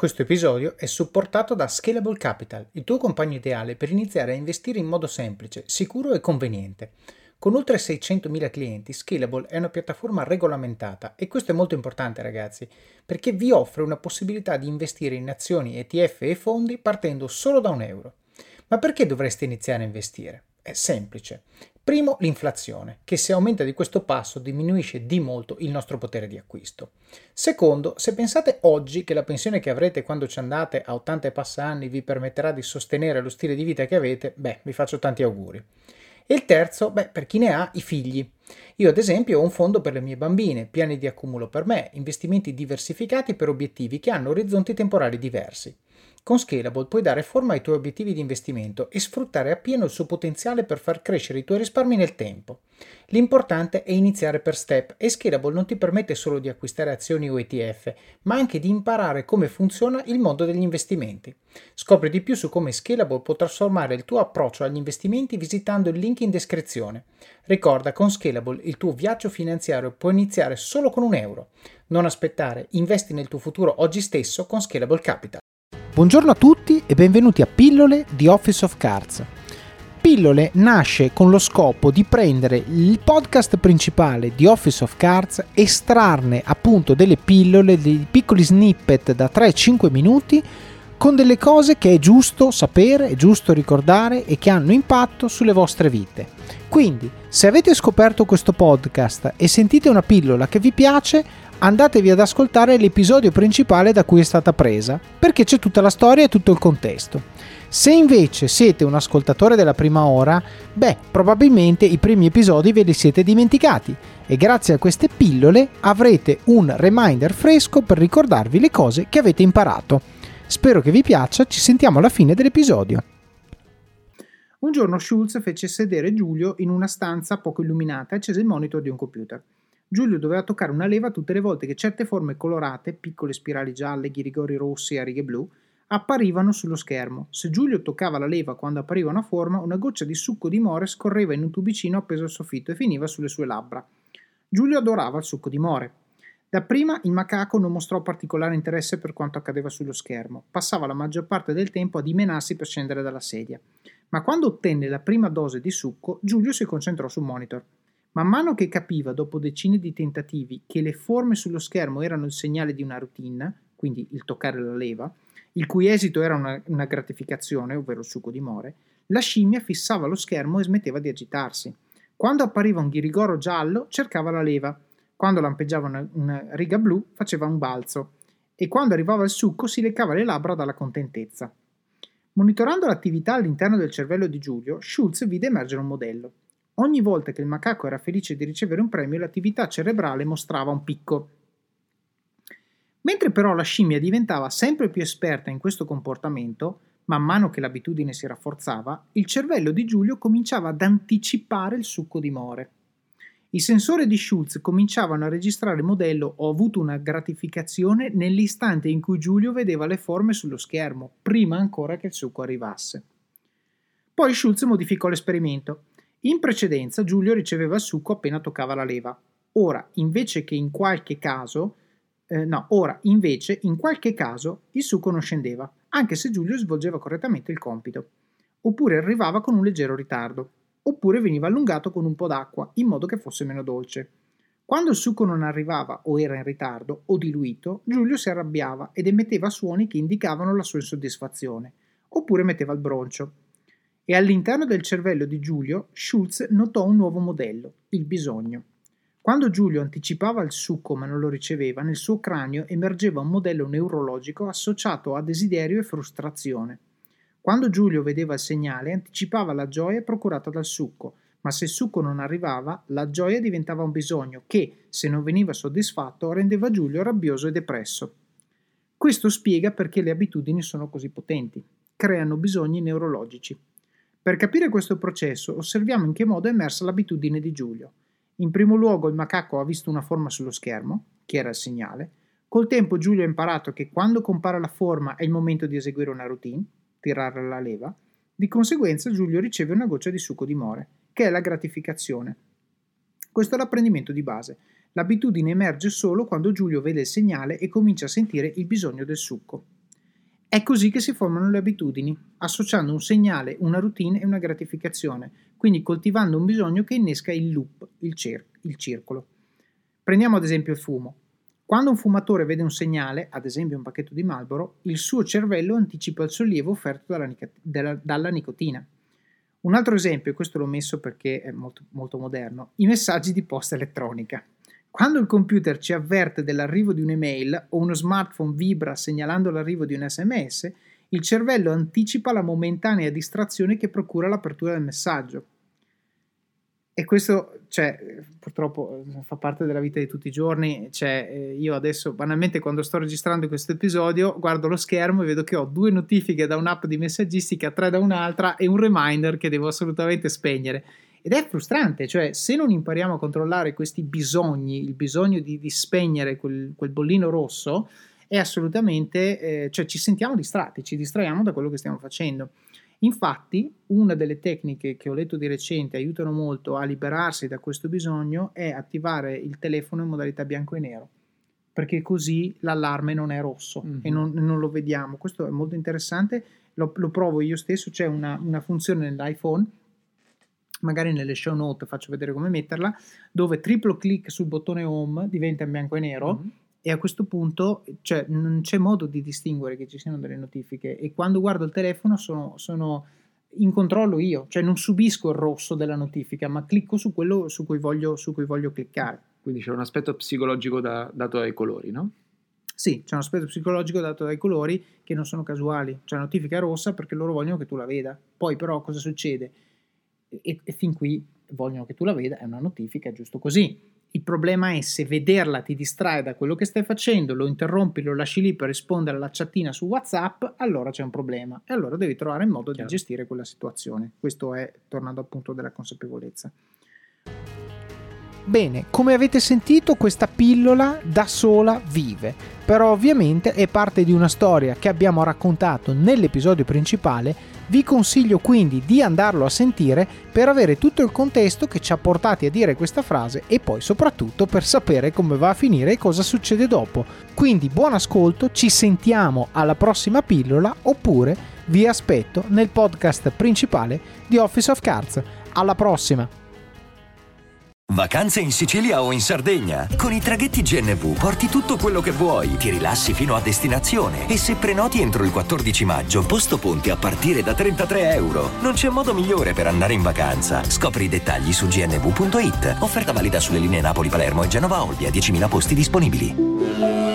Questo episodio è supportato da Scalable Capital, il tuo compagno ideale per iniziare a investire in modo semplice, sicuro e conveniente. Con oltre 600.000 clienti, Scalable è una piattaforma regolamentata e questo è molto importante, ragazzi, perché vi offre una possibilità di investire in azioni, ETF e fondi partendo solo da €1. Ma perché dovreste iniziare a investire? È semplice. Primo, l'inflazione, che se aumenta di questo passo diminuisce di molto il nostro potere di acquisto. Secondo, se pensate oggi che la pensione che avrete quando ci andate a 80 e passa anni vi permetterà di sostenere lo stile di vita che avete, vi faccio tanti auguri. E il terzo, per chi ne ha, i figli. Io ad esempio ho un fondo per le mie bambine, piani di accumulo per me, investimenti diversificati per obiettivi che hanno orizzonti temporali diversi. Con Scalable puoi dare forma ai tuoi obiettivi di investimento e sfruttare appieno il suo potenziale per far crescere i tuoi risparmi nel tempo. L'importante è iniziare per step e Scalable non ti permette solo di acquistare azioni o ETF, ma anche di imparare come funziona il mondo degli investimenti. Scopri di più su come Scalable può trasformare il tuo approccio agli investimenti visitando il link in descrizione. Ricorda, con Scalable il tuo viaggio finanziario può iniziare solo con €1. Non aspettare, investi nel tuo futuro oggi stesso con Scalable Capital. Buongiorno a tutti e benvenuti a Pillole di Office of Cards. Pillole nasce con lo scopo di prendere il podcast principale di Office of Cards, estrarne appunto delle pillole, dei piccoli snippet da 3-5 minuti con delle cose che è giusto sapere, è giusto ricordare e che hanno impatto sulle vostre vite. Quindi, se avete scoperto questo podcast e sentite una pillola che vi piace, andatevi ad ascoltare l'episodio principale da cui è stata presa, perché c'è tutta la storia e tutto il contesto. Se invece siete un ascoltatore della prima ora, probabilmente i primi episodi ve li siete dimenticati e grazie a queste pillole avrete un reminder fresco per ricordarvi le cose che avete imparato. Spero che vi piaccia, ci sentiamo alla fine dell'episodio. Un giorno Schultz fece sedere Giulio in una stanza poco illuminata e accese il monitor di un computer. Giulio doveva toccare una leva tutte le volte che certe forme colorate, piccole spirali gialle, ghirigori rossi a righe blu, apparivano sullo schermo. Se Giulio toccava la leva quando appariva una forma, una goccia di succo di more scorreva in un tubicino appeso al soffitto e finiva sulle sue labbra. Giulio adorava il succo di more. Dapprima il macaco non mostrò particolare interesse per quanto accadeva sullo schermo. Passava la maggior parte del tempo a dimenarsi per scendere dalla sedia. Ma quando ottenne la prima dose di succo, Giulio si concentrò sul monitor. Man mano che capiva, dopo decine di tentativi, che le forme sullo schermo erano il segnale di una routine, quindi il toccare la leva, il cui esito era una gratificazione, ovvero il succo di more, la scimmia fissava lo schermo e smetteva di agitarsi. Quando appariva un ghirigoro giallo, cercava la leva. Quando lampeggiava una riga blu, faceva un balzo. E quando arrivava il succo, si leccava le labbra dalla contentezza. Monitorando l'attività all'interno del cervello di Giulio, Schultz vide emergere un modello. Ogni volta che il macaco era felice di ricevere un premio, l'attività cerebrale mostrava un picco. Mentre però la scimmia diventava sempre più esperta in questo comportamento, man mano che l'abitudine si rafforzava, il cervello di Giulio cominciava ad anticipare il succo di more. I sensori di Schultz cominciavano a registrare il modello "ho avuto una gratificazione" nell'istante in cui Giulio vedeva le forme sullo schermo, prima ancora che il succo arrivasse. Poi Schultz modificò l'esperimento. In precedenza Giulio riceveva il succo appena toccava la leva. Ora, invece in qualche caso il succo non scendeva, anche se Giulio svolgeva correttamente il compito. Oppure arrivava con un leggero ritardo. Oppure veniva allungato con un po' d'acqua, in modo che fosse meno dolce. Quando il succo non arrivava o era in ritardo o diluito, Giulio si arrabbiava ed emetteva suoni che indicavano la sua insoddisfazione. Oppure metteva il broncio. E all'interno del cervello di Giulio, Schultz notò un nuovo modello, il bisogno. Quando Giulio anticipava il succo ma non lo riceveva, nel suo cranio emergeva un modello neurologico associato a desiderio e frustrazione. Quando Giulio vedeva il segnale, anticipava la gioia procurata dal succo, ma se il succo non arrivava, la gioia diventava un bisogno che, se non veniva soddisfatto, rendeva Giulio rabbioso e depresso. Questo spiega perché le abitudini sono così potenti. Creano bisogni neurologici. Per capire questo processo, osserviamo in che modo è emersa l'abitudine di Giulio. In primo luogo il macaco ha visto una forma sullo schermo, che era il segnale. Col tempo Giulio ha imparato che quando compare la forma è il momento di eseguire una routine, tirare la leva. Di conseguenza Giulio riceve una goccia di succo di more, che è la gratificazione. Questo è l'apprendimento di base. L'abitudine emerge solo quando Giulio vede il segnale e comincia a sentire il bisogno del succo. È così che si formano le abitudini, associando un segnale, una routine e una gratificazione, quindi coltivando un bisogno che innesca il loop, il circolo. Prendiamo ad esempio il fumo. Quando un fumatore vede un segnale, ad esempio un pacchetto di Marlboro, il suo cervello anticipa il sollievo offerto dalla nicotina. Un altro esempio, e questo l'ho messo perché è molto, molto moderno, i messaggi di posta elettronica. Quando il computer ci avverte dell'arrivo di un'email o uno smartphone vibra segnalando l'arrivo di un SMS, il cervello anticipa la momentanea distrazione che procura l'apertura del messaggio. E questo, purtroppo fa parte della vita di tutti i giorni. Io adesso, banalmente, quando sto registrando questo episodio, guardo lo schermo e vedo che ho 2 notifiche da un'app di messaggistica, 3 da un'altra e un reminder che devo assolutamente spegnere. Ed è frustrante, se non impariamo a controllare questi bisogni, il bisogno di spegnere quel bollino rosso, è assolutamente, ci sentiamo distratti, ci distraiamo da quello che stiamo facendo. Infatti, una delle tecniche che ho letto di recente aiutano molto a liberarsi da questo bisogno è attivare il telefono in modalità bianco e nero, perché così l'allarme non è rosso e non lo vediamo. Questo è molto interessante, lo provo io stesso. C'è una funzione nell'iPhone, magari nelle show note faccio vedere come metterla, dove triplo clic sul bottone home diventa in bianco e nero e a questo punto non c'è modo di distinguere che ci siano delle notifiche, e quando guardo il telefono sono in controllo io, non subisco il rosso della notifica, ma clicco su quello su cui voglio cliccare. Quindi c'è un aspetto psicologico dato dai colori, no? Sì, c'è un aspetto psicologico dato dai colori che non sono casuali. La notifica è rossa perché loro vogliono che tu la veda. Poi però cosa succede? E fin qui vogliono che tu la veda, è una notifica, giusto così. Il problema è se vederla ti distrae da quello che stai facendo, lo interrompi, lo lasci lì per rispondere alla chattina su WhatsApp, allora c'è un problema e allora devi trovare il modo di gestire quella situazione. Questo è, tornando al punto della consapevolezza. Bene, come avete sentito, questa pillola da sola vive, però ovviamente è parte di una storia che abbiamo raccontato nell'episodio principale. Vi consiglio quindi di andarlo a sentire per avere tutto il contesto che ci ha portati a dire questa frase e poi soprattutto per sapere come va a finire e cosa succede dopo. Quindi buon ascolto, ci sentiamo alla prossima pillola oppure vi aspetto nel podcast principale di Office of Cards. Alla prossima! Vacanze in Sicilia o in Sardegna? Con i traghetti GNV porti tutto quello che vuoi, ti rilassi fino a destinazione e se prenoti entro il 14 maggio, posto ponti a partire da €33. Non c'è modo migliore per andare in vacanza. Scopri i dettagli su gnv.it. Offerta valida sulle linee Napoli-Palermo e Genova-Olbia, 10.000 posti disponibili.